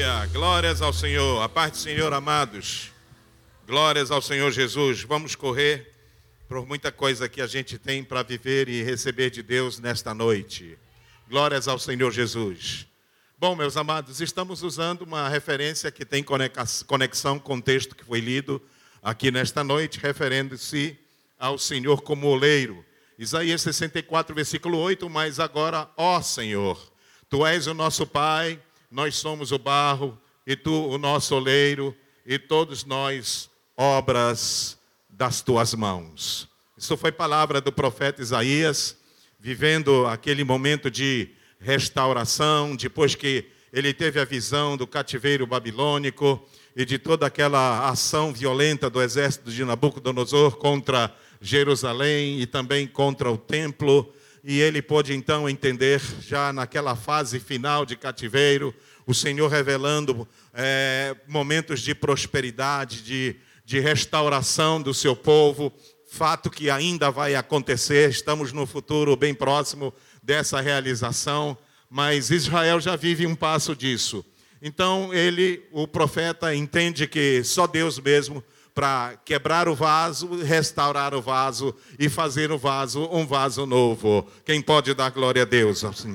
Aleluia, glórias ao Senhor, a paz do Senhor, amados, glórias ao Senhor Jesus. Vamos correr por muita coisa que a gente tem para viver e receber de Deus nesta noite. Glórias ao Senhor Jesus. Bom, meus amados, estamos usando uma referência que tem conexão com o texto que foi lido aqui nesta noite, referindo-se ao Senhor como oleiro. Isaías 64, versículo 8, mas agora, ó Senhor, Tu és o nosso Pai, nós somos o barro, e Tu o nosso oleiro, e todos nós obras das Tuas mãos. Isso foi palavra do profeta Isaías, vivendo aquele momento de restauração, depois que ele teve a visão do cativeiro babilônico e de toda aquela ação violenta do exército de Nabucodonosor contra Jerusalém e também contra o templo. E ele pôde então entender, já naquela fase final de cativeiro, o Senhor revelando momentos de prosperidade, de restauração do seu povo, fato que ainda vai acontecer. Estamos no futuro bem próximo dessa realização, mas Israel já vive um passo disso. Então o profeta, entende que só Deus mesmo para quebrar o vaso, restaurar o vaso e fazer o vaso um vaso novo. Quem pode dar glória a Deus? Assim.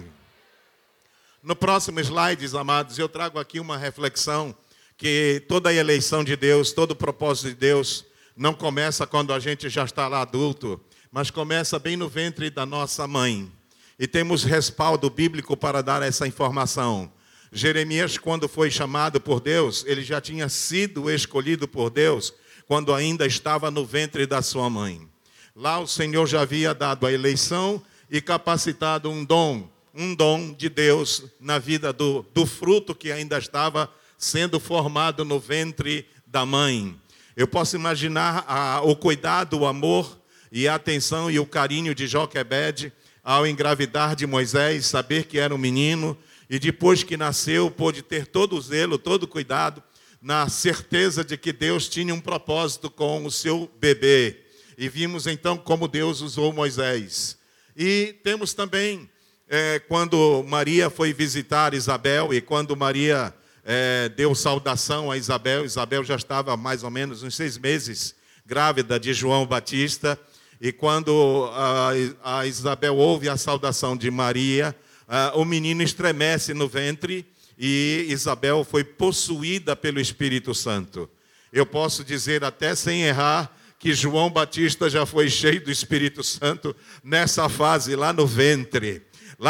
No próximo slide, amados, eu trago aqui uma reflexão que toda a eleição de Deus, todo o propósito de Deus não começa quando a gente já está lá adulto, mas começa bem no ventre da nossa mãe. E temos respaldo bíblico para dar essa informação. Jeremias, quando foi chamado por Deus, ele já tinha sido escolhido por Deus quando ainda estava no ventre da sua mãe. Lá o Senhor já havia dado a eleição e capacitado um dom de Deus na vida do fruto que ainda estava sendo formado no ventre da mãe. Eu posso imaginar o cuidado, o amor e a atenção e o carinho de Joquebede ao engravidar de Moisés, saber que era um menino, e depois que nasceu, pôde ter todo o zelo, todo o cuidado, na certeza de que Deus tinha um propósito com o seu bebê. E vimos então como Deus usou Moisés. E temos também, quando Maria foi visitar Isabel, e quando Maria deu saudação a Isabel, Isabel já estava mais ou menos uns 6 meses grávida de João Batista, e quando a Isabel ouve a saudação de Maria, o menino estremece no ventre e Isabel foi possuída pelo Espírito Santo. Eu posso dizer até sem errar que João Batista já foi cheio do Espírito Santo nessa fase, lá no ventre.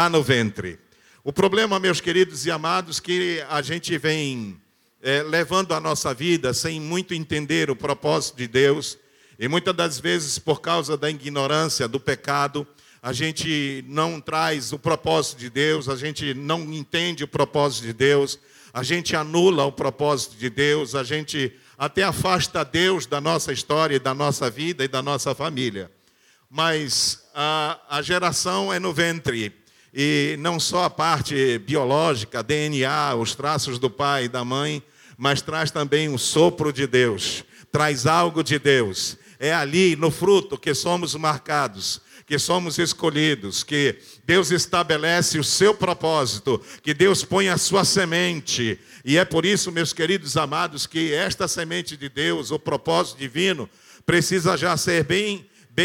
O problema, meus queridos e amados, que a gente vem levando a nossa vida sem muito entender o propósito de Deus, e muitas das vezes por causa da ignorância, do pecado, a gente não traz o propósito de Deus, a gente não entende o propósito de Deus, a gente anula o propósito de Deus, a gente até afasta Deus da nossa história, da nossa vida e da nossa família. Mas a geração é no ventre, e não só a parte biológica, DNA, os traços do pai e da mãe, mas traz também o sopro de Deus, traz algo de Deus. É ali no fruto que somos marcados, que somos escolhidos, que Deus estabelece o seu propósito, que Deus põe a sua semente. E é por isso, meus queridos amados, que esta semente de Deus, o propósito divino, precisa já ser bem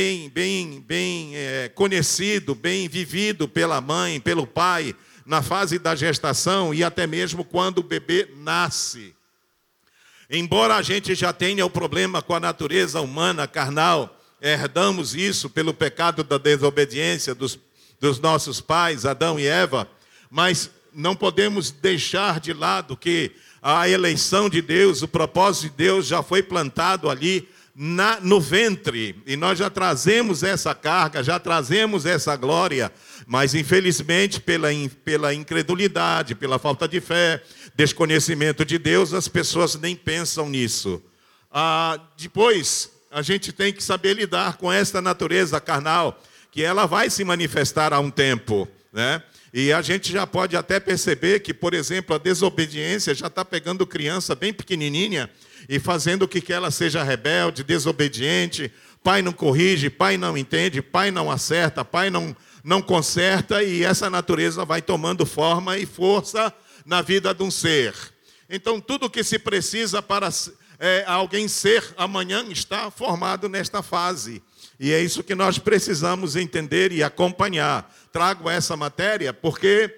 conhecido, bem vivido pela mãe, pelo pai, na fase da gestação e até mesmo quando o bebê nasce. Embora a gente já tenha o problema com a natureza humana, carnal, herdamos isso pelo pecado da desobediência dos nossos pais, Adão e Eva, mas não podemos deixar de lado que a eleição de Deus, o propósito de Deus já foi plantado ali no ventre, e nós já trazemos essa carga, já trazemos essa glória, mas infelizmente pela incredulidade, pela falta de fé, desconhecimento de Deus, as pessoas nem pensam nisso. Depois, a gente tem que saber lidar com esta natureza carnal, que ela vai se manifestar a um tempo, né? E a gente já pode até perceber que, por exemplo, a desobediência já está pegando criança bem pequenininha e fazendo com que ela seja rebelde, desobediente. Pai não corrige, pai não entende, pai não acerta, pai não conserta, e essa natureza vai tomando forma e força na vida de um ser. Então, tudo que se precisa para alguém ser amanhã está formado nesta fase. E é isso que nós precisamos entender e acompanhar. Trago essa matéria porque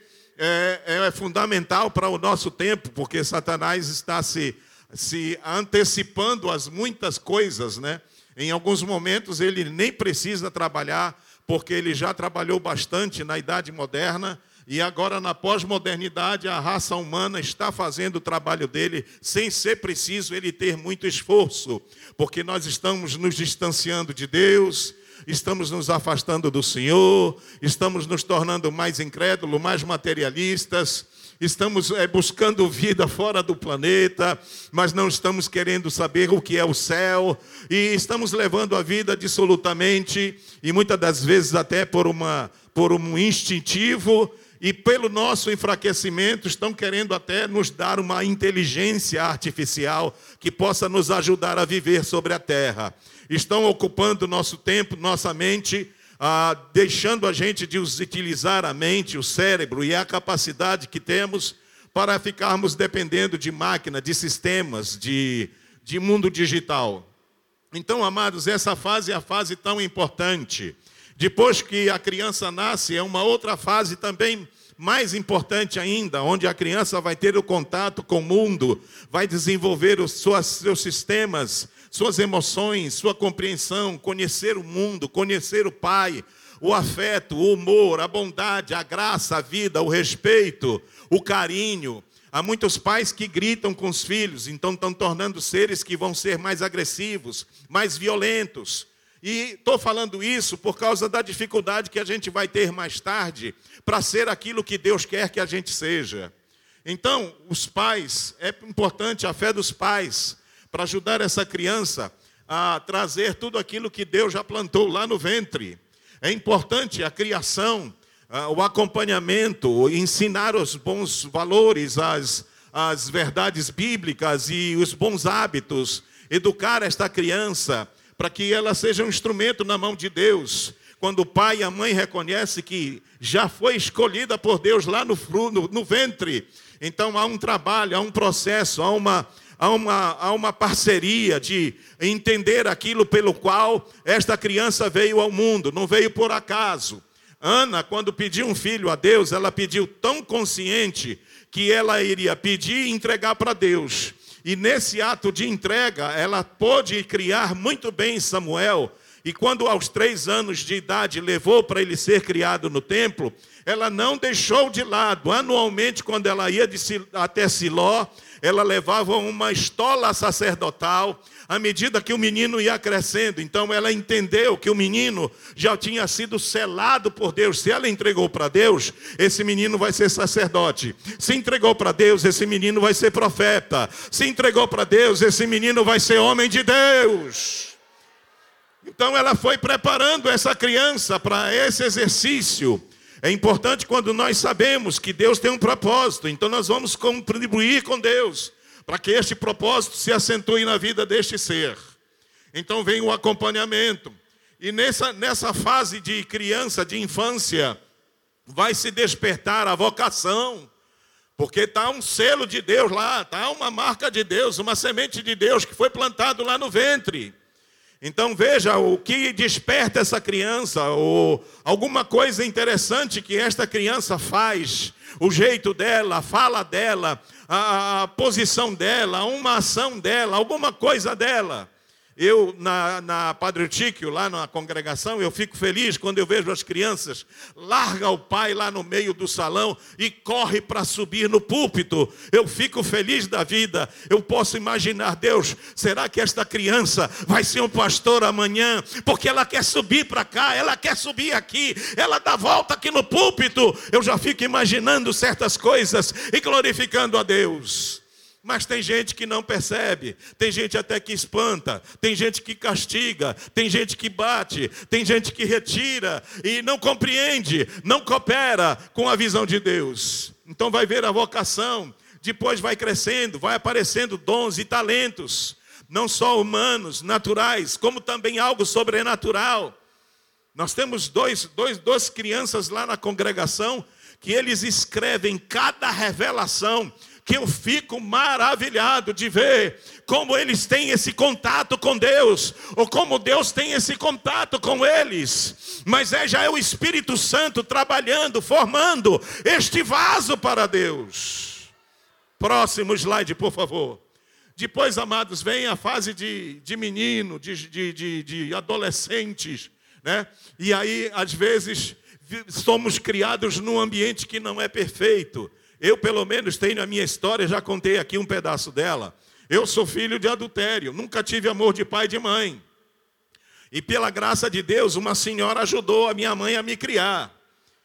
é fundamental para o nosso tempo, porque Satanás está se antecipando às muitas coisas, né? Em alguns momentos ele nem precisa trabalhar, porque ele já trabalhou bastante na Idade Moderna, e agora na pós-modernidade a raça humana está fazendo o trabalho dele sem ser preciso ele ter muito esforço, porque nós estamos nos distanciando de Deus, estamos nos afastando do Senhor, estamos nos tornando mais incrédulos, mais materialistas, estamos buscando vida fora do planeta, mas não estamos querendo saber o que é o céu, e estamos levando a vida dissolutamente, e muitas das vezes até por um instintivo, e pelo nosso enfraquecimento estão querendo até nos dar uma inteligência artificial que possa nos ajudar a viver sobre a terra. Estão ocupando nosso tempo, nossa mente, deixando a gente de utilizar a mente, o cérebro e a capacidade que temos para ficarmos dependendo de máquina, de sistemas, de mundo digital. Então, amados, essa fase é a fase tão importante. Depois que a criança nasce, é uma outra fase também mais importante ainda, onde a criança vai ter o contato com o mundo, vai desenvolver os seus sistemas, suas emoções, sua compreensão, conhecer o mundo, conhecer o pai, o afeto, o humor, a bondade, a graça, a vida, o respeito, o carinho. Há muitos pais que gritam com os filhos, então estão tornando seres que vão ser mais agressivos, mais violentos. E estou falando isso por causa da dificuldade que a gente vai ter mais tarde para ser aquilo que Deus quer que a gente seja. Então, os pais, é importante a fé dos pais para ajudar essa criança a trazer tudo aquilo que Deus já plantou lá no ventre. É importante a criação, o acompanhamento, ensinar os bons valores, as verdades bíblicas e os bons hábitos, educar esta criança para que ela seja um instrumento na mão de Deus. Quando o pai e a mãe reconhecem que já foi escolhida por Deus lá no ventre, então há um trabalho, há um processo, há uma parceria de entender aquilo pelo qual esta criança veio ao mundo, não veio por acaso. Ana, quando pediu um filho a Deus, ela pediu tão consciente que ela iria pedir e entregar para Deus. E nesse ato de entrega, ela pôde criar muito bem Samuel. E quando aos 3 anos de idade levou para ele ser criado no templo, ela não deixou de lado. Anualmente, quando ela ia até Siló, ela levava uma estola sacerdotal, à medida que o menino ia crescendo. Então ela entendeu que o menino já tinha sido selado por Deus. Se ela entregou para Deus, esse menino vai ser sacerdote. Se entregou para Deus, esse menino vai ser profeta. Se entregou para Deus, esse menino vai ser homem de Deus. Então ela foi preparando essa criança para esse exercício. É importante quando nós sabemos que Deus tem um propósito, então nós vamos contribuir com Deus para que este propósito se acentue na vida deste ser. Então vem o acompanhamento. E nessa fase de criança, de infância, vai se despertar a vocação, porque está um selo de Deus lá, está uma marca de Deus, uma semente de Deus que foi plantado lá no ventre. Então veja o que desperta essa criança, ou alguma coisa interessante que esta criança faz, o jeito dela, a fala dela, a posição dela, uma ação dela, alguma coisa dela. Eu, na Padre Tíquio, lá na congregação, eu fico feliz quando eu vejo as crianças, larga o pai lá no meio do salão e corre para subir no púlpito. Eu fico feliz da vida. Eu posso imaginar, Deus, será que esta criança vai ser um pastor amanhã? Porque ela quer subir para cá, ela quer subir aqui, ela dá volta aqui no púlpito. Eu já fico imaginando certas coisas e glorificando a Deus. Mas tem gente que não percebe, tem gente até que espanta, tem gente que castiga, tem gente que bate, tem gente que retira e não compreende, não coopera com a visão de Deus. Então vai ver a vocação, depois vai crescendo, vai aparecendo dons e talentos, não só humanos, naturais, como também algo sobrenatural. Nós temos duas crianças lá na congregação que eles escrevem cada revelação que eu fico maravilhado de ver como eles têm esse contato com Deus, ou como Deus tem esse contato com eles. Mas já é o Espírito Santo trabalhando, formando este vaso para Deus. Próximo slide, por favor. Depois, amados, vem a fase de menino, de adolescentes, né? E aí, às vezes, somos criados num ambiente que não é perfeito. Eu, pelo menos, tenho a minha história, já contei aqui um pedaço dela. Eu sou filho de adultério, nunca tive amor de pai e de mãe. E pela graça de Deus, uma senhora ajudou a minha mãe a me criar.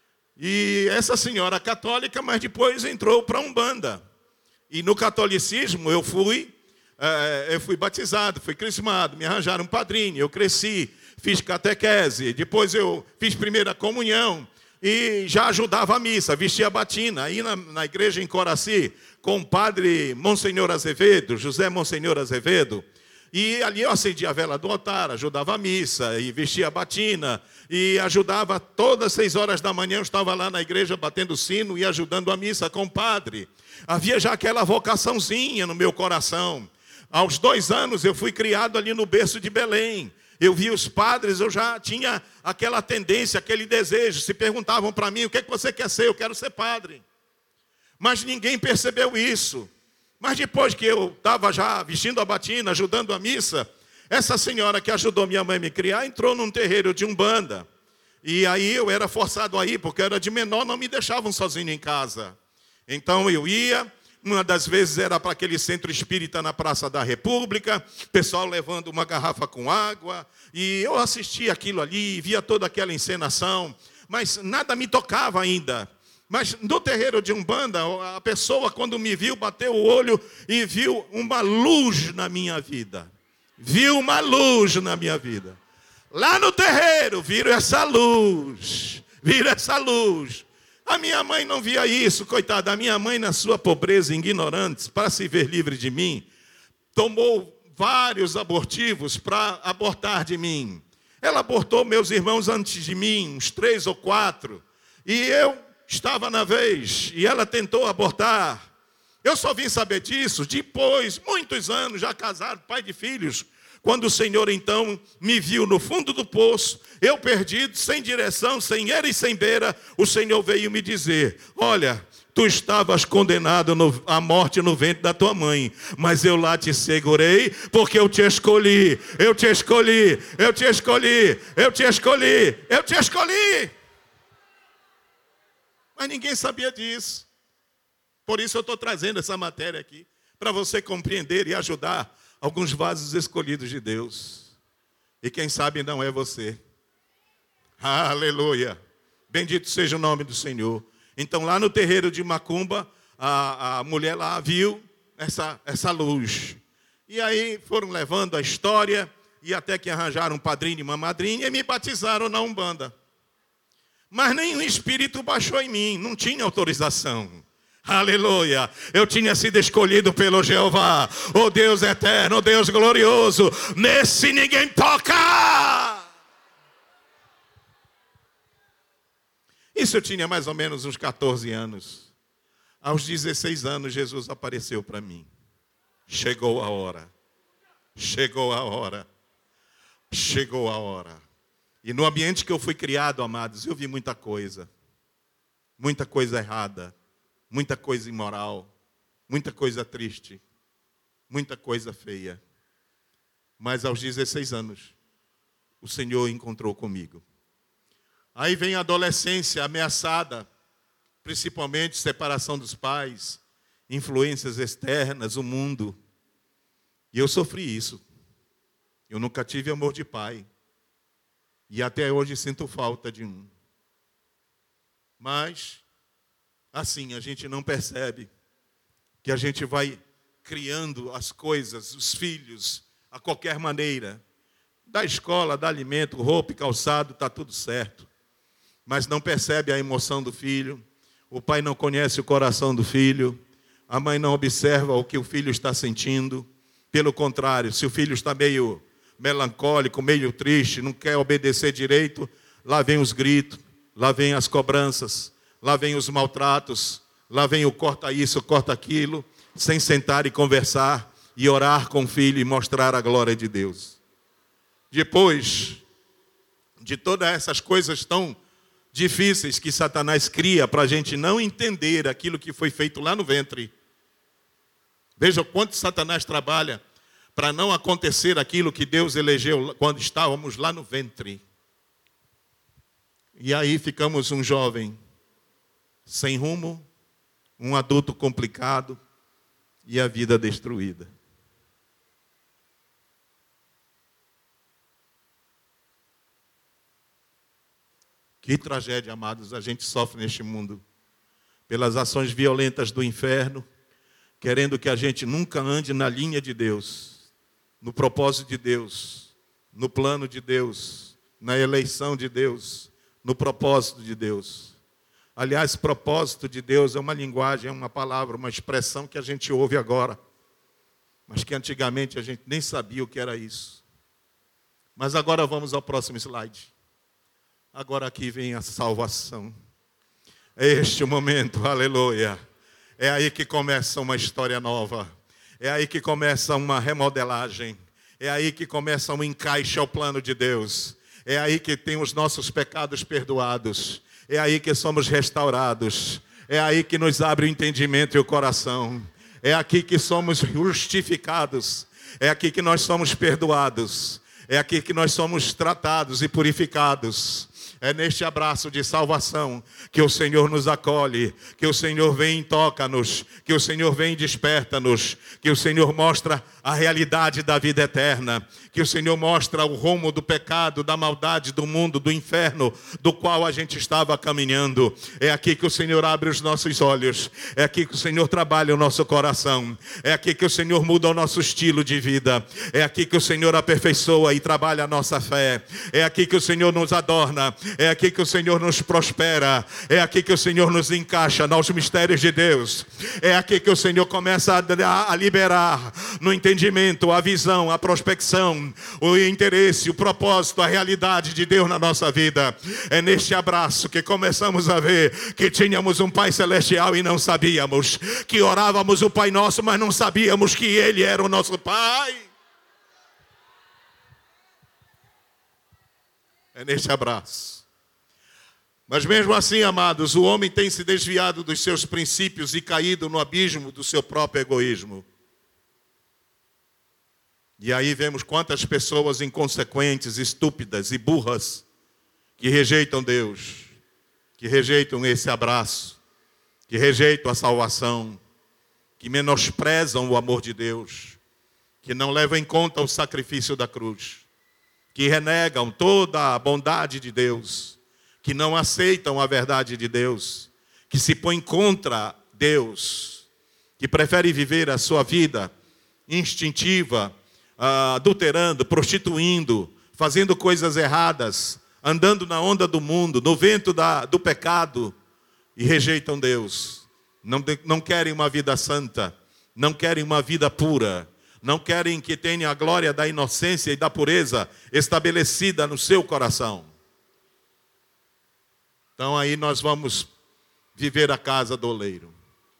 E essa senhora católica, mas depois entrou para a Umbanda. E no catolicismo eu fui batizado, fui crismado, me arranjaram um padrinho, eu cresci, fiz catequese, depois eu fiz primeira comunhão e já ajudava a missa, vestia a batina. Aí na igreja em Coraci, com o padre Monsenhor Azevedo, José Monsenhor Azevedo, e ali eu acendia a vela do altar, ajudava a missa, e vestia a batina, e ajudava todas as 6 horas da manhã, eu estava lá na igreja batendo sino e ajudando a missa com o padre. Havia já aquela vocaçãozinha no meu coração. Aos 2 anos eu fui criado ali no berço de Belém. Eu vi os padres, eu já tinha aquela tendência, aquele desejo. Se perguntavam para mim, o que é que você quer ser? Eu quero ser padre. Mas ninguém percebeu isso. Mas depois que eu estava já vestindo a batina, ajudando a missa, essa senhora que ajudou minha mãe a me criar, entrou num terreiro de Umbanda. E aí eu era forçado a ir, porque eu era de menor, não me deixavam sozinho em casa. Então eu ia, uma das vezes era para aquele centro espírita na Praça da República, pessoal levando uma garrafa com água, e eu assistia aquilo ali, via toda aquela encenação, mas nada me tocava ainda. Mas no terreiro de Umbanda, a pessoa quando me viu, bateu o olho e viu uma luz na minha vida. Viu uma luz na minha vida. Lá no terreiro, viram essa luz. Viram essa luz. A minha mãe não via isso, coitada. A minha mãe, na sua pobreza, ignorante, para se ver livre de mim, tomou vários abortivos para abortar de mim. Ela abortou meus irmãos antes de mim, uns 3 ou 4. E eu estava na vez, e ela tentou abortar. Eu só vim saber disso depois, muitos anos, já casado, pai de filhos, quando o Senhor então me viu no fundo do poço, eu perdido, sem direção, sem era e sem beira, o Senhor veio me dizer: olha, tu estavas condenado à morte no ventre da tua mãe, mas eu lá te segurei, porque eu te escolhi, eu te escolhi, eu te escolhi, eu te escolhi, eu te escolhi. Mas ninguém sabia disso. Por isso eu estou trazendo essa matéria aqui, para você compreender e ajudar alguns vasos escolhidos de Deus. E quem sabe não é você. Aleluia. Bendito seja o nome do Senhor. Então lá no terreiro de Macumba, a mulher lá viu essa luz. E aí foram levando a história, e até que arranjaram um padrinho e uma madrinha, e me batizaram na Umbanda. Mas nenhum espírito baixou em mim, não tinha autorização. Aleluia, eu tinha sido escolhido pelo Jeová, o Deus eterno, o Deus glorioso. Nesse ninguém toca. Isso eu tinha mais ou menos uns 14 anos. Aos 16 anos Jesus apareceu para mim. Chegou a hora, chegou a hora, chegou a hora. E no ambiente que eu fui criado, amados, eu vi muita coisa errada, muita coisa imoral, muita coisa triste, muita coisa feia. Mas aos 16 anos, o Senhor encontrou comigo. Aí vem a adolescência ameaçada, principalmente separação dos pais, influências externas, o mundo. E eu sofri isso. Eu nunca tive amor de pai. E até hoje sinto falta de um. Mas, assim, a gente não percebe que a gente vai criando as coisas, os filhos, a qualquer maneira. Da escola, dá alimento, roupa e calçado, está tudo certo. Mas não percebe a emoção do filho. O pai não conhece o coração do filho. A mãe não observa o que o filho está sentindo. Pelo contrário, se o filho está meio melancólico, meio triste, não quer obedecer direito, lá vem os gritos, lá vem as cobranças, lá vem os maltratos, Lá vem o corta isso, corta aquilo, sem sentar e conversar e orar com o filho e mostrar a glória de Deus. Depois de todas essas coisas tão difíceis que Satanás cria para a gente não entender aquilo que foi feito lá no ventre. Veja o quanto Satanás trabalha para não acontecer aquilo que Deus elegeu quando estávamos lá no ventre. E aí ficamos um jovem sem rumo, um adulto complicado e a vida destruída. Que tragédia, amados, a gente sofre neste mundo. Pelas ações violentas do inferno, querendo que a gente nunca ande na linha de Deus, no propósito de Deus, no plano de Deus, na eleição de Deus, no propósito de Deus. Aliás, propósito de Deus é uma linguagem, é uma palavra, uma expressão que a gente ouve agora, mas que antigamente a gente nem sabia o que era isso. Mas agora vamos ao próximo slide. Agora aqui vem a salvação. É este o momento, aleluia. É aí que começa uma história nova. É aí que começa uma remodelagem. É aí que começa um encaixe ao plano de Deus. É aí que tem os nossos pecados perdoados. É aí que somos restaurados. É aí que nos abre o entendimento e o coração. É aqui que somos justificados. É aqui que nós somos perdoados. É aqui que nós somos tratados e purificados. É neste abraço de salvação que o Senhor nos acolhe, que o Senhor vem e toca-nos, que o Senhor vem e desperta-nos, que o Senhor mostra a realidade da vida eterna, que o Senhor mostra o rumo do pecado, da maldade, do mundo, do inferno, do qual a gente estava caminhando. É aqui que o Senhor abre os nossos olhos, é aqui que o Senhor trabalha o nosso coração, é aqui que o Senhor muda o nosso estilo de vida, é aqui que o Senhor aperfeiçoa e trabalha a nossa fé, é aqui que o Senhor nos adorna, é aqui que o Senhor nos prospera, é aqui que o Senhor nos encaixa nos mistérios de Deus, é aqui que o Senhor começa a liberar no entendimento, a visão, a prospecção, o interesse, o propósito, a realidade de Deus na nossa vida. É neste abraço que começamos a ver que tínhamos um Pai Celestial e não sabíamos, que orávamos o Pai Nosso, mas não sabíamos que Ele era o nosso Pai. É neste abraço. Mas mesmo assim, amados, o homem tem se desviado dos seus princípios e caído no abismo do seu próprio egoísmo. E aí vemos quantas pessoas inconsequentes, estúpidas e burras que rejeitam Deus, que rejeitam esse abraço, que rejeitam a salvação, que menosprezam o amor de Deus, que não levam em conta o sacrifício da cruz, que renegam toda a bondade de Deus, que não aceitam a verdade de Deus, que se põem contra Deus, que preferem viver a sua vida instintiva, adulterando, prostituindo, fazendo coisas erradas, andando na onda do mundo, no vento do pecado, e rejeitam Deus. Não querem uma vida santa, não querem uma vida pura, não querem que tenha a glória da inocência e da pureza estabelecida no seu coração. Então aí nós vamos viver a casa do oleiro.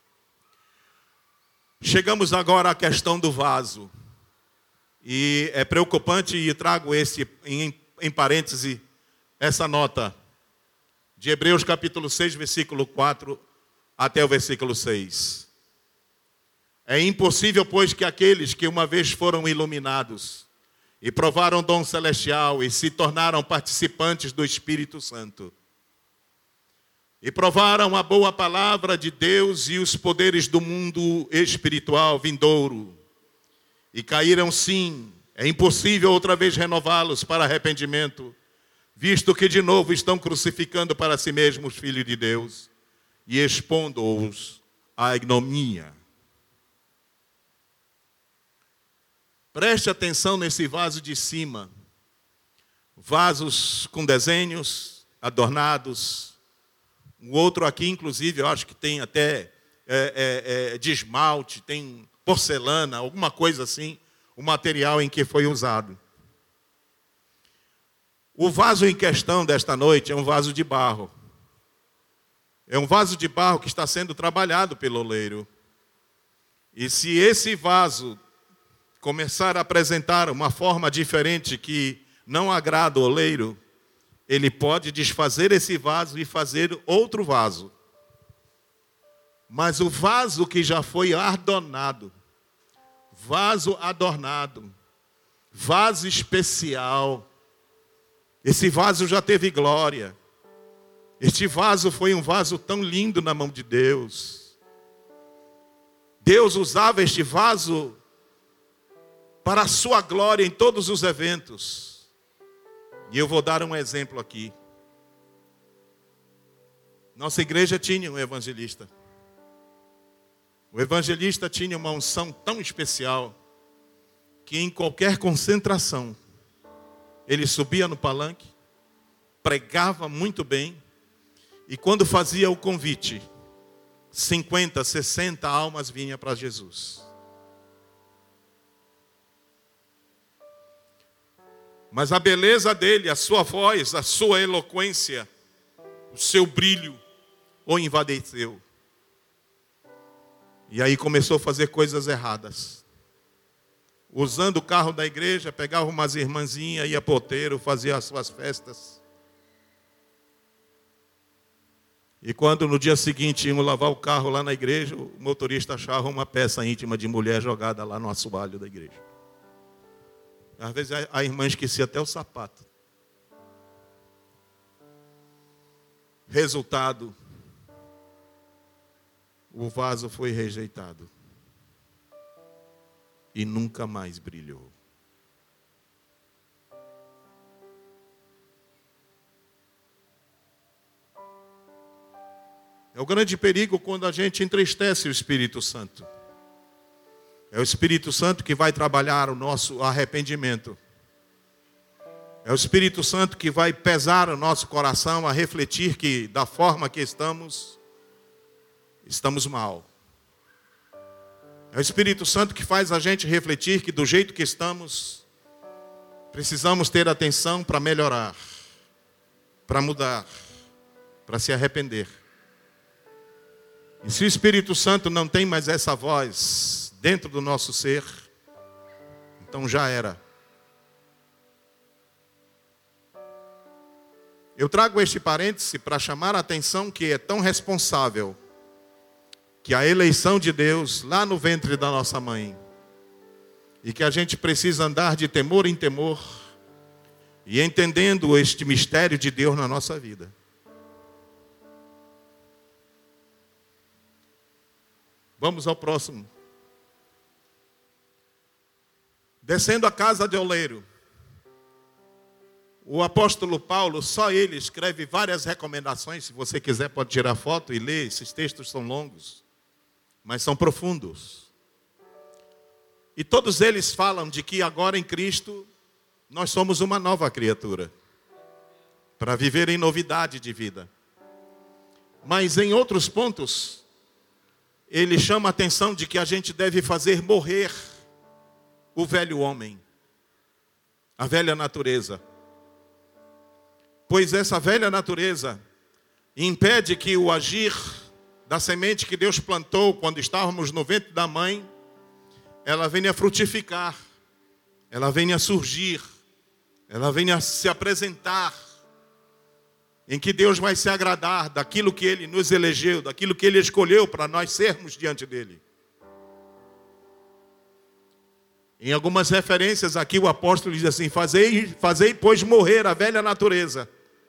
Chegamos agora à questão do vaso. E é preocupante, e trago em parêntese essa nota de Hebreus capítulo 6, versículo 4 até o versículo 6. É impossível, pois, que aqueles que uma vez foram iluminados e provaram o dom celestial e se tornaram participantes do Espírito Santo, e provaram a boa palavra de Deus e os poderes do mundo espiritual vindouro, e caíram sim, é impossível outra vez renová-los para arrependimento, visto que de novo estão crucificando para si mesmos os filhos de Deus e expondo-os à ignomínia. Preste atenção nesse vaso de cima. Vasos com desenhos adornados. O outro aqui, inclusive, eu acho que tem até de esmalte, tem porcelana, alguma coisa assim, o material em que foi usado. O vaso em questão desta noite é um vaso de barro. É um vaso de barro que está sendo trabalhado pelo oleiro. E se esse vaso começar a apresentar uma forma diferente que não agrada o oleiro, ele pode desfazer esse vaso e fazer outro vaso. Mas o vaso que já foi adornado, vaso adornado, vaso especial, esse vaso já teve glória. Este vaso foi um vaso tão lindo na mão de Deus. Deus usava este vaso para a sua glória em todos os eventos. E eu vou dar um exemplo aqui. Nossa igreja tinha um evangelista. O evangelista tinha uma unção tão especial que em qualquer concentração ele subia no palanque, pregava muito bem, e quando fazia o convite, 50, 60 almas vinham para Jesus. Mas a beleza dele, a sua voz, a sua eloquência, o seu brilho o envaideceu. E aí começou a fazer coisas erradas. Usando o carro da igreja, pegava umas irmãzinhas, ia poteiro, fazia as suas festas. E quando no dia seguinte iam lavar o carro lá na igreja, o motorista achava uma peça íntima de mulher jogada lá no assoalho da igreja. Às vezes a irmã esquecia até o sapato. Resultado, o vaso foi rejeitado. E nunca mais brilhou. É o grande perigo quando a gente entristece o Espírito Santo. É o Espírito Santo que vai trabalhar o nosso arrependimento. É o Espírito Santo que vai pesar o nosso coração a refletir que da forma que estamos mal. É o Espírito Santo que faz a gente refletir que do jeito que estamos, precisamos ter atenção para melhorar, para mudar, para se arrepender. E se o Espírito Santo não tem mais essa voz dentro do nosso ser, então já era. Eu trago este parêntese para chamar a atenção que é tão responsável que a eleição de Deus lá no ventre da nossa mãe, e que a gente precisa andar de temor em temor e entendendo este mistério de Deus na nossa vida. Vamos ao próximo. Descendo a casa de oleiro, o apóstolo Paulo, só ele escreve várias recomendações. Se você quiser pode tirar foto e ler, esses textos são longos, mas são profundos. E todos eles falam de que agora em Cristo nós somos uma nova criatura, para viver em novidade de vida. Mas em outros pontos, ele chama a atenção de que a gente deve fazer morrer o velho homem, a velha natureza. Pois essa velha natureza impede que o agir da semente que Deus plantou quando estávamos no ventre da mãe, ela venha frutificar, ela venha surgir, ela venha se apresentar, em que Deus vai se agradar daquilo que Ele nos elegeu, daquilo que Ele escolheu para nós sermos diante dEle. Em algumas referências aqui o apóstolo diz assim: fazei pois morrer a velha natureza.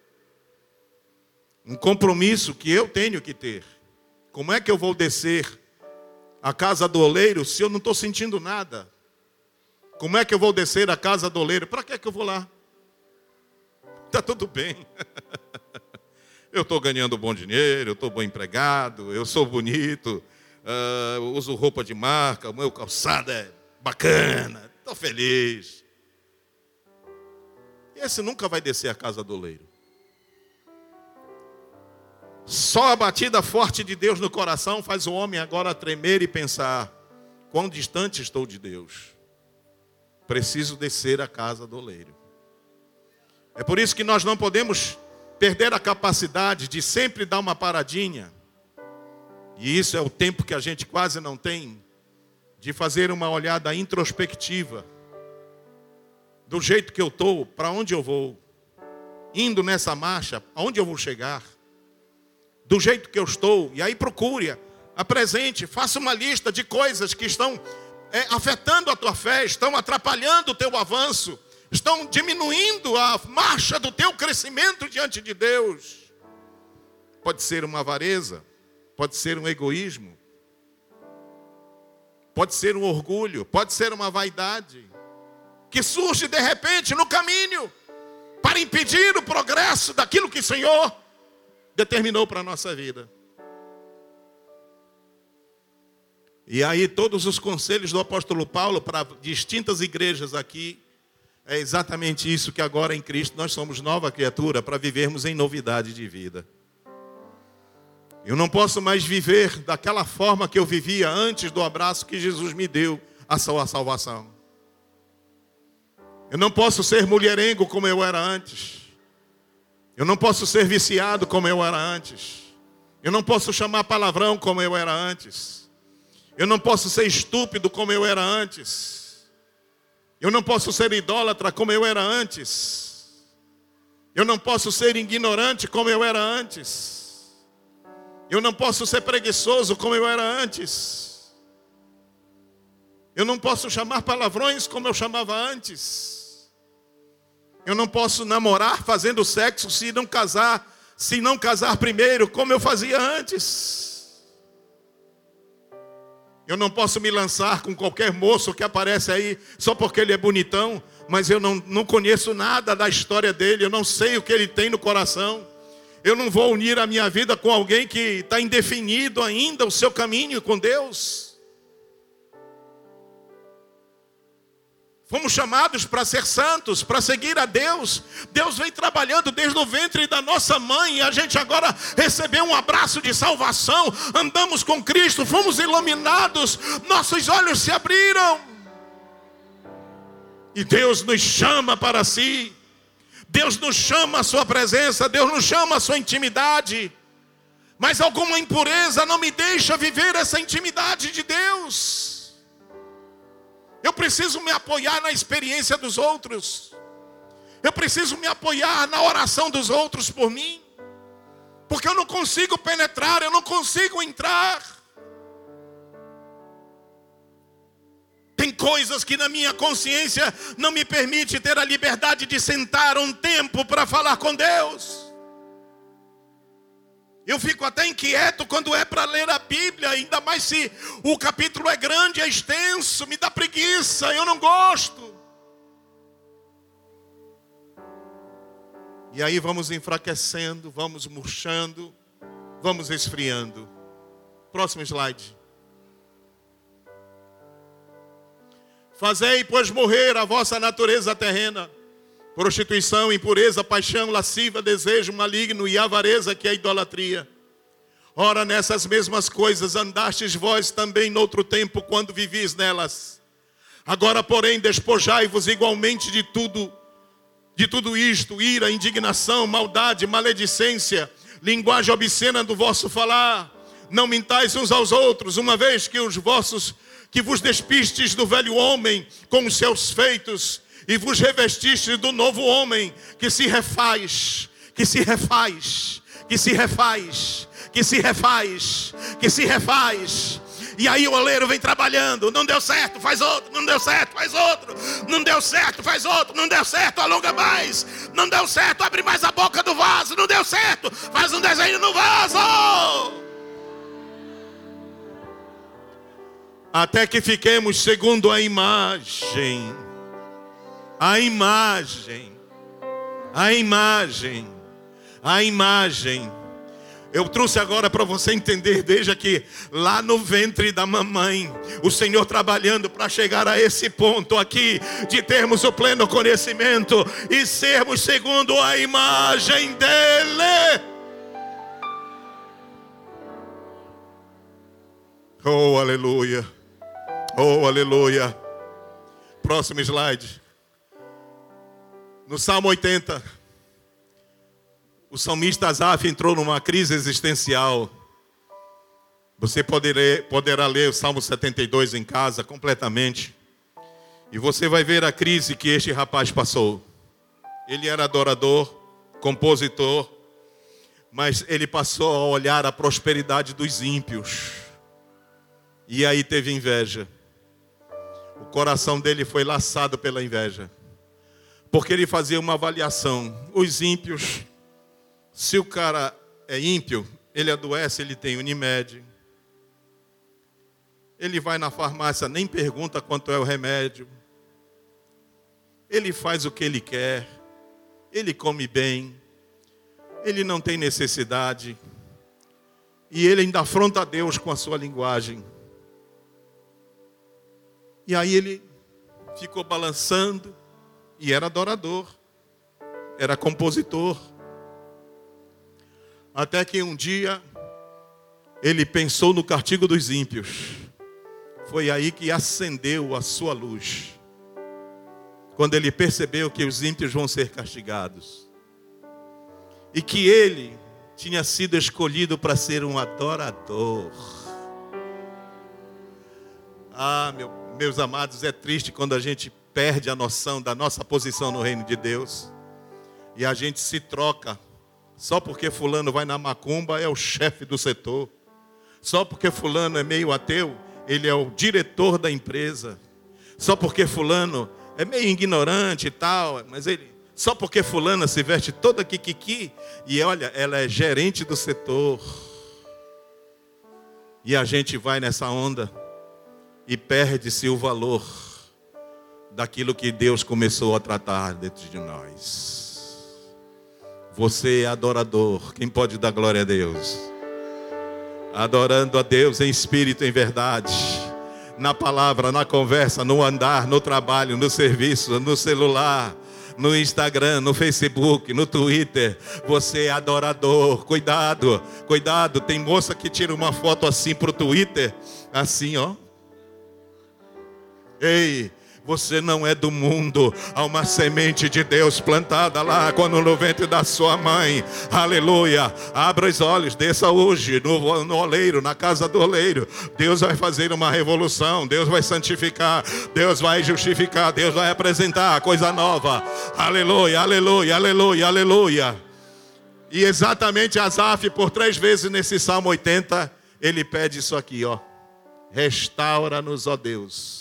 Um compromisso que eu tenho que ter. Como é que eu vou descer a casa do oleiro se eu não estou sentindo nada? Como é que eu vou descer a casa do oleiro? Para que eu vou lá? Está tudo bem. Eu estou ganhando bom dinheiro, eu estou bem empregado, eu sou bonito, uso roupa de marca, o meu calçado é bacana, estou feliz. Esse nunca vai descer a casa do oleiro. Só a batida forte de Deus no coração faz o homem agora tremer e pensar: quão distante estou de Deus. Preciso descer a casa do oleiro. É por isso que nós não podemos perder a capacidade de sempre dar uma paradinha, e isso é o tempo que a gente quase não tem, de fazer uma olhada introspectiva, do jeito que eu estou, para onde eu vou, indo nessa marcha, aonde eu vou chegar, do jeito que eu estou, e aí procure, apresente, faça uma lista de coisas que estão afetando a tua fé, estão atrapalhando o teu avanço, estão diminuindo a marcha do teu crescimento diante de Deus. Pode ser uma avareza, pode ser um egoísmo, pode ser um orgulho, pode ser uma vaidade, que surge de repente no caminho, para impedir o progresso daquilo que o Senhor determinou para a nossa vida. E aí todos os conselhos do apóstolo Paulo para distintas igrejas aqui, é exatamente isso, que agora em Cristo nós somos nova criatura para vivermos em novidade de vida. Eu não posso mais viver daquela forma que eu vivia antes do abraço que Jesus me deu, a sua salvação. Eu não posso ser mulherengo como eu era antes. Eu não posso ser viciado como eu era antes. Eu não posso chamar palavrão como eu era antes. Eu não posso ser estúpido como eu era antes. Eu não posso ser idólatra como eu era antes. Eu não posso ser ignorante como eu era antes. Eu não posso ser preguiçoso como eu era antes. Eu não posso chamar palavrões como eu chamava antes. Eu não posso namorar fazendo sexo se não casar primeiro, como eu fazia antes. Eu não posso me lançar com qualquer moço que aparece aí só porque ele é bonitão, mas eu não conheço nada da história dele, eu não sei o que ele tem no coração. Eu não vou unir a minha vida com alguém que está indefinido ainda o seu caminho com Deus. Fomos chamados para ser santos, para seguir a Deus. Deus vem trabalhando desde o ventre da nossa mãe. E a gente agora recebeu um abraço de salvação. Andamos com Cristo, fomos iluminados. Nossos olhos se abriram. E Deus nos chama para si. Deus nos chama à sua presença. Deus nos chama à sua intimidade. Mas alguma impureza não me deixa viver essa intimidade de Deus. Eu preciso me apoiar na experiência dos outros. Eu preciso me apoiar na oração dos outros por mim. Porque eu não consigo penetrar, eu não consigo entrar. Tem coisas que na minha consciência não me permite ter a liberdade de sentar um tempo para falar com Deus. Eu fico até inquieto quando é para ler a Bíblia, ainda mais se o capítulo é grande, é extenso, me dá preguiça, eu não gosto. E aí vamos enfraquecendo, vamos murchando, vamos esfriando. Próximo slide. Fazei, pois, morrer a vossa natureza terrena. Prostituição, impureza, paixão, lascívia, desejo maligno e avareza, que é a idolatria. Ora, nessas mesmas coisas andastes vós também noutro tempo, quando vivis nelas. Agora, porém, despojai-vos igualmente de tudo isto: ira, indignação, maldade, maledicência, linguagem obscena do vosso falar. Não mintais uns aos outros, uma vez que vos despistes do velho homem com os seus feitos, e vos revestiste do novo homem, que se refaz. E aí o oleiro vem trabalhando. Não deu certo, faz outro. Não deu certo, faz outro. Não deu certo, faz outro. Não deu certo, alonga mais. Não deu certo, abre mais a boca do vaso. Não deu certo, faz um desenho no vaso. Até que fiquemos segundo a imagem. A imagem. Eu trouxe agora para você entender, desde que lá no ventre da mamãe, o Senhor trabalhando para chegar a esse ponto aqui, de termos o pleno conhecimento e sermos segundo a imagem dEle. Oh, aleluia. Oh, aleluia. Próximo slide. No Salmo 80, O salmista Asaf entrou numa crise existencial. Você poderá ler o Salmo 72 em casa completamente. E você vai ver a crise que este rapaz passou. Ele era adorador, compositor, mas ele passou a olhar a prosperidade dos ímpios. E aí teve inveja. O coração dele foi laçado pela inveja. Porque ele fazia uma avaliação. Os ímpios, se o cara é ímpio, ele adoece, ele tem Unimed. Ele vai na farmácia, nem pergunta quanto é o remédio. Ele faz o que ele quer. Ele come bem. Ele não tem necessidade. E ele ainda afronta a Deus com a sua linguagem. E aí ele ficou balançando. E era adorador. Era compositor. Até que um dia ele pensou no castigo dos ímpios. Foi aí que acendeu a sua luz. Quando ele percebeu que os ímpios vão ser castigados. E que ele tinha sido escolhido para ser um adorador. Meus amados, é triste quando a gente perde a noção da nossa posição no reino de Deus. E a gente se troca. Só porque fulano vai na macumba, é o chefe do setor. Só porque fulano é meio ateu, ele é o diretor da empresa. Só porque fulano é meio ignorante e tal, mas só porque fulana se veste toda kikiki, e olha, ela é gerente do setor. E a gente vai nessa onda e perde-se o valor daquilo que Deus começou a tratar dentro de nós. Você é adorador. Quem pode dar glória a Deus? Adorando a Deus em espírito e em verdade. Na palavra, na conversa, no andar, no trabalho, no serviço, no celular, no Instagram, no Facebook, no Twitter. Você é adorador. Cuidado, cuidado. Tem moça que tira uma foto assim pro Twitter. Assim, ó. Ei, você não é do mundo. Há uma semente de Deus plantada lá quando no ventre da sua mãe. Aleluia. Abra os olhos, desça hoje no oleiro, na casa do oleiro. Deus vai fazer uma revolução. Deus vai santificar. Deus vai justificar. Deus vai apresentar coisa nova. Aleluia, aleluia, aleluia, aleluia. E exatamente Asaf, por 3 vezes nesse Salmo 80, ele pede isso aqui, ó. Restaura-nos, ó Deus.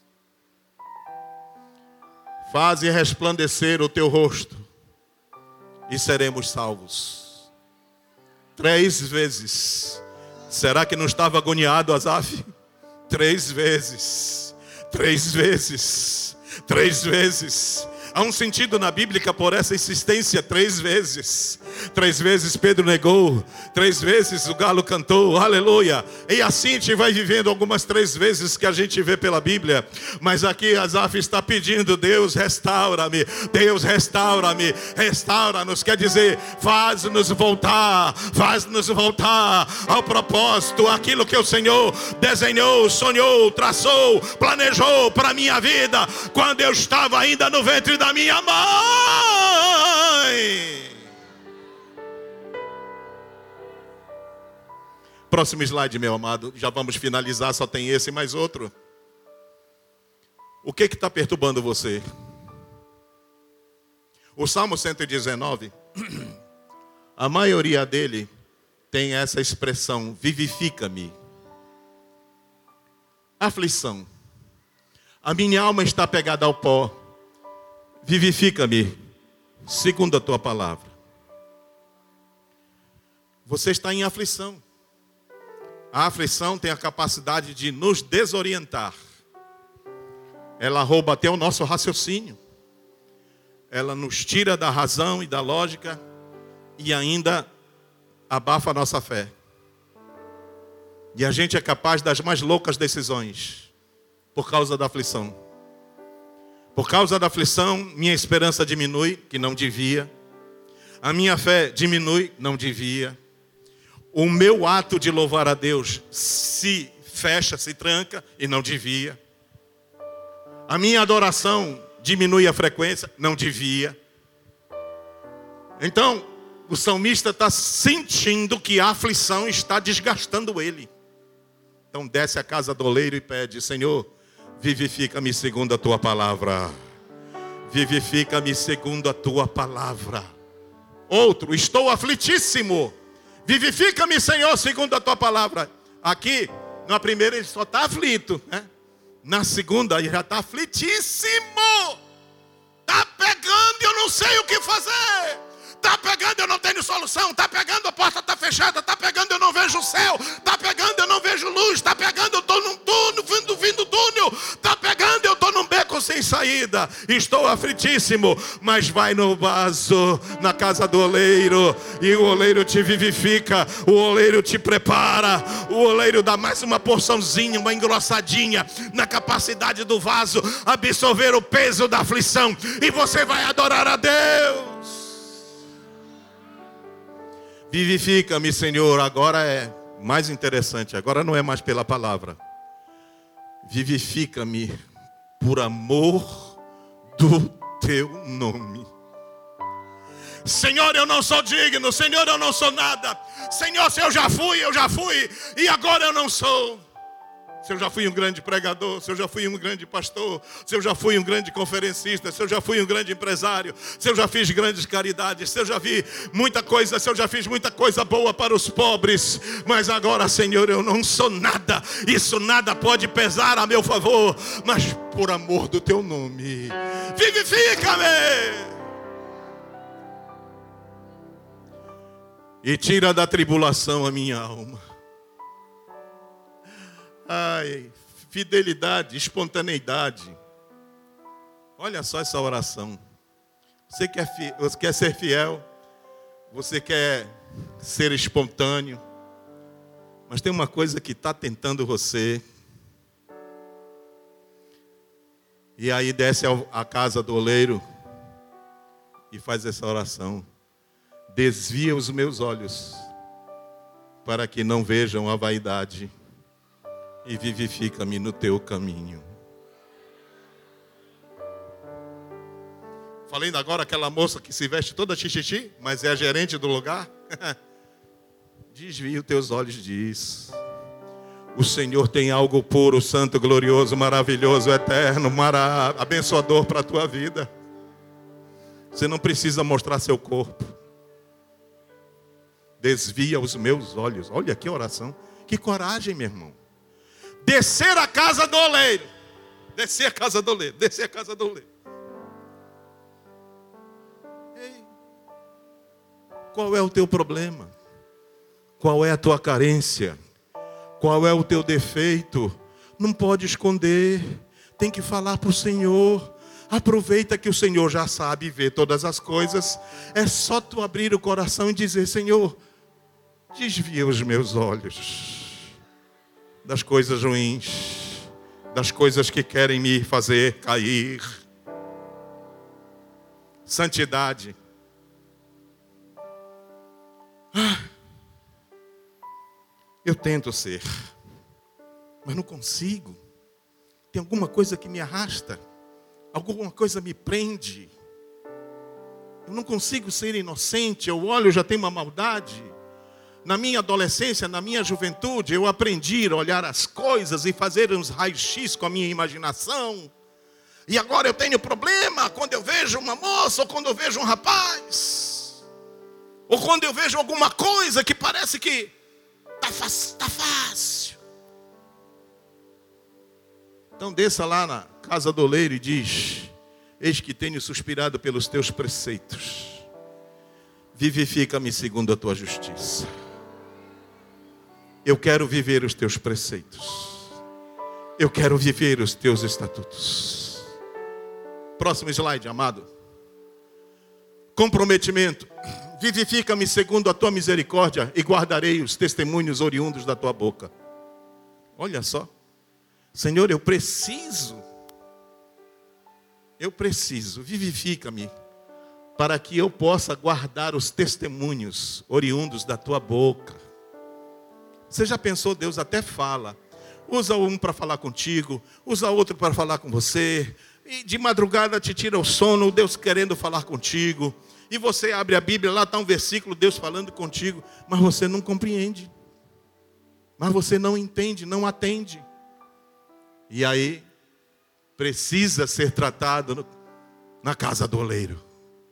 Faze resplandecer o teu rosto e seremos salvos. 3 vezes. Será que não estava agoniado Asaf? 3 vezes. 3 vezes. 3 vezes. Há um sentido na Bíblia por essa insistência. 3 vezes. 3 vezes Pedro negou. 3 vezes o galo cantou. Aleluia. E assim a gente vai vivendo algumas 3 vezes que a gente vê pela Bíblia. Mas aqui Asaf está pedindo: Deus restaura-me. Deus restaura-me. Restaura-nos. Quer dizer, faz-nos voltar. Faz-nos voltar ao propósito. Aquilo que o Senhor desenhou, sonhou, traçou, planejou para a minha vida. Quando eu estava ainda no ventre da minha mãe. Próximo slide, meu amado. Já vamos finalizar, só tem esse e mais outro. O que está perturbando você? O Salmo 119, a maioria dele tem essa expressão: vivifica-me. Aflição. A minha alma está pegada ao pó. Vivifica-me, segundo a tua palavra. Você está em aflição. A aflição tem a capacidade de nos desorientar. Ela rouba até o nosso raciocínio. Ela nos tira da razão e da lógica e ainda abafa a nossa fé. E a gente é capaz das mais loucas decisões por causa da aflição. Por causa da aflição, minha esperança diminui, que não devia. A minha fé diminui, não devia. O meu ato de louvar a Deus se fecha, se tranca, e não devia. A minha adoração diminui a frequência, não devia. Então, O salmista está sentindo que a aflição está desgastando ele. Então desce à casa do oleiro e pede: Senhor, vivifica-me segundo a tua palavra. Vivifica-me segundo a tua palavra. Outro: estou aflitíssimo. Vivifica-me, Senhor, segundo a tua palavra. Aqui, na primeira ele só está aflito, né? Na segunda ele já está aflitíssimo. Está pegando e eu não sei o que fazer. Está pegando, eu não tenho solução. Está pegando, a porta está fechada. Está pegando, eu não vejo o céu. Está pegando, eu não vejo luz. Está pegando, eu estou num túnel, fim do túnel. Está pegando, eu estou num beco sem saída. Estou aflitíssimo. Mas vai no vaso, na casa do oleiro, e o oleiro te vivifica. O oleiro te prepara. O oleiro dá mais uma porçãozinha, uma engrossadinha na capacidade do vaso absorver o peso da aflição. E você vai adorar a Deus. Vivifica-me, Senhor. Agora é mais interessante. Agora não é mais pela palavra. Vivifica-me por amor do teu nome. Senhor, eu não sou digno. Senhor, eu não sou nada. Senhor, se eu já fui. E agora eu não sou. Se eu já fui um grande pregador, se eu já fui um grande pastor, se eu já fui um grande conferencista, se eu já fui um grande empresário, se eu já fiz grandes caridades, se eu já vi muita coisa, se eu já fiz muita coisa boa para os pobres, mas agora, Senhor, eu não sou nada. Isso nada pode pesar a meu favor, mas por amor do teu nome, vivifica-me e tira da tribulação a minha alma. Ai, fidelidade, espontaneidade. Olha só essa oração. Você quer ser fiel, você quer ser espontâneo, mas tem uma coisa que está tentando você. E aí desce à casa do oleiro e faz essa oração: desvia os meus olhos para que não vejam a vaidade, e vivifica-me no teu caminho. Falei agora aquela moça que se veste toda xixi, mas é a gerente do lugar. Desvia os teus olhos disso. O Senhor tem algo puro, santo, glorioso, maravilhoso, eterno, abençoador para a tua vida. Você não precisa mostrar seu corpo. Desvia os meus olhos. Olha que oração. Que coragem, meu irmão. Descer a casa do oleiro. Descer a casa do oleiro. Descer a casa do oleiro. Ei, qual é o teu problema? Qual é a tua carência? Qual é o teu defeito? Não pode esconder. Tem que falar para o Senhor. Aproveita que o Senhor já sabe e vê todas as coisas. É só tu abrir o coração e dizer: Senhor, desvia os meus olhos das coisas ruins, das coisas que querem me fazer cair. Santidade. Eu tento ser, mas não consigo. Tem alguma coisa que me arrasta, alguma coisa me prende. Eu não consigo ser inocente. Eu olho, já tenho uma maldade. Na minha adolescência, na minha juventude, eu aprendi a olhar as coisas e fazer uns raios-x com a minha imaginação. E agora eu tenho problema quando eu vejo uma moça, ou quando eu vejo um rapaz, ou quando eu vejo alguma coisa que parece que tá fácil. Então desça lá na casa do oleiro e diz: eis que tenho suspirado pelos teus preceitos. Vivifica-me segundo a tua justiça. Eu quero viver os teus preceitos. Eu quero viver os teus estatutos. Próximo slide, amado. Comprometimento. Vivifica-me segundo a tua misericórdia e guardarei os testemunhos oriundos da tua boca. Olha só. Senhor, eu preciso, vivifica-me para que eu possa guardar os testemunhos oriundos da tua boca. Você já pensou, Deus até fala, usa um para falar contigo, usa outro para falar com você, e de madrugada te tira o sono, Deus querendo falar contigo, E você abre a Bíblia, lá está um versículo, Deus falando contigo, mas você não compreende. Mas você não entende, não atende. E aí, precisa ser tratado na casa do oleiro.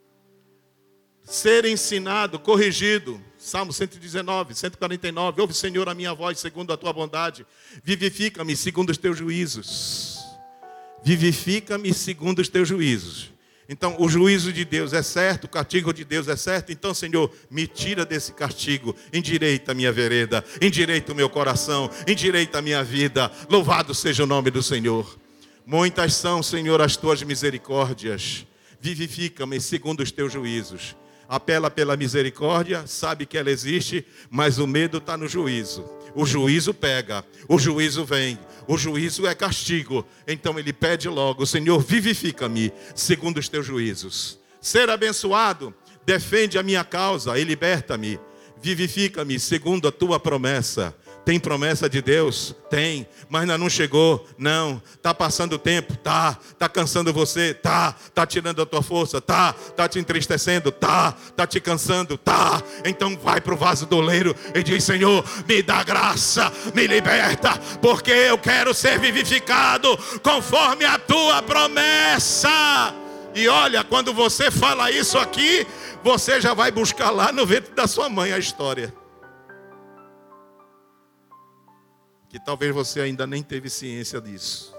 Ser ensinado, corrigido. Salmo 119, 149. Ouve, Senhor, a minha voz segundo a tua bondade. Vivifica-me segundo os teus juízos. Vivifica-me segundo os teus juízos. Então, o juízo de Deus é certo, o castigo de Deus é certo. Então, Senhor, me tira desse castigo. Endireita a minha vereda, endireita o meu coração, endireita a minha vida. Louvado seja o nome do Senhor. Muitas são, Senhor, as tuas misericórdias. Vivifica-me segundo os teus juízos. Apela pela misericórdia, sabe que ela existe, mas o medo está no juízo. O juízo pega, o juízo vem, o juízo é castigo. Então ele pede logo, Senhor, vivifica-me segundo os teus juízos. Ser abençoado, defende a minha causa e liberta-me. Vivifica-me segundo a tua promessa. Tem promessa de Deus? Tem, mas ainda não chegou. Não, está passando o tempo? Tá cansando você? Tá tirando a tua força? Tá te entristecendo? Tá te cansando? Tá. Então vai para o vaso do oleiro e diz, Senhor, me dá graça, me liberta, porque eu quero ser vivificado conforme a tua promessa. E olha, quando você fala isso aqui, você já vai buscar lá no ventre da sua mãe a história. Que talvez você ainda nem teve ciência disso.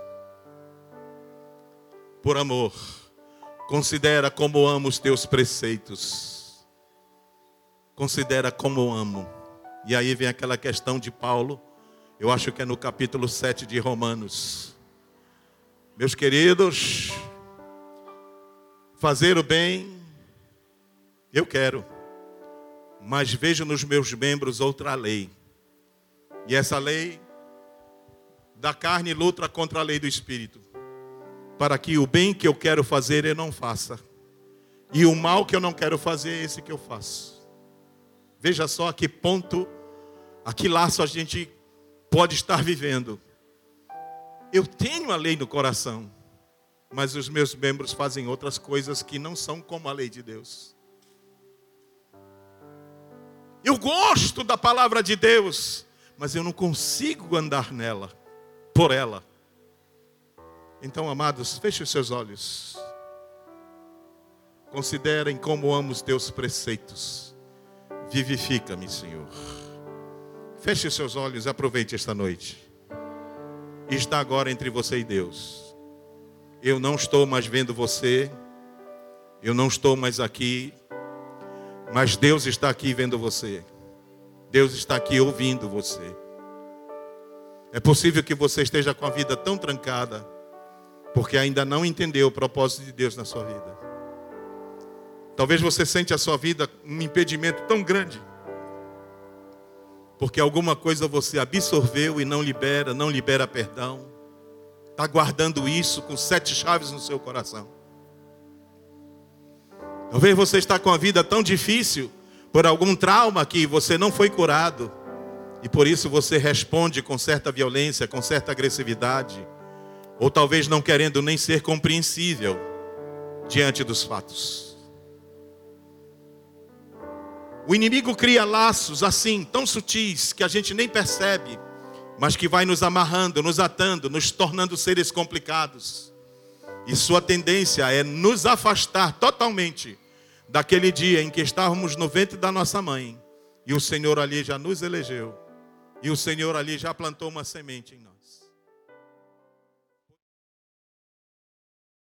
Por amor, considera como amo os teus preceitos. Considera como amo. E aí vem aquela questão de Paulo, eu acho que é no capítulo 7 de Romanos. Meus queridos, fazer o bem, eu quero, mas vejo nos meus membros outra lei. E essa lei da carne luta contra a lei do Espírito, para que o bem que eu quero fazer eu não faça, e o mal que eu não quero fazer é esse que eu faço. Veja só a que ponto, a que laço a gente pode estar vivendo. Eu tenho a lei no coração, mas os meus membros fazem outras coisas que não são como a lei de Deus. Eu gosto da palavra de Deus, mas eu não consigo andar nela, por ela. Então, amados, feche os seus olhos. Considerem como amo os teus preceitos. Vivifica-me, Senhor. Feche os seus olhos e aproveite esta noite. Está agora entre você e Deus. Eu não estou mais vendo você. Eu não estou mais aqui. Mas Deus está aqui vendo você. Deus está aqui ouvindo você. É possível que você esteja com a vida tão trancada, porque ainda não entendeu o propósito de Deus na sua vida. Talvez você sente a sua vida um impedimento tão grande, porque alguma coisa você absorveu e não libera perdão. Está guardando isso com 7 chaves no seu coração. Talvez você está com a vida tão difícil, por algum trauma que você não foi curado. E por isso você responde com certa violência, com certa agressividade. Ou talvez não querendo nem ser compreensível diante dos fatos. O inimigo cria laços assim, tão sutis, que a gente nem percebe. Mas que vai nos amarrando, nos atando, nos tornando seres complicados. E sua tendência é nos afastar totalmente daquele dia em que estávamos no ventre da nossa mãe. E o Senhor ali já nos elegeu. E o Senhor ali já plantou uma semente em nós.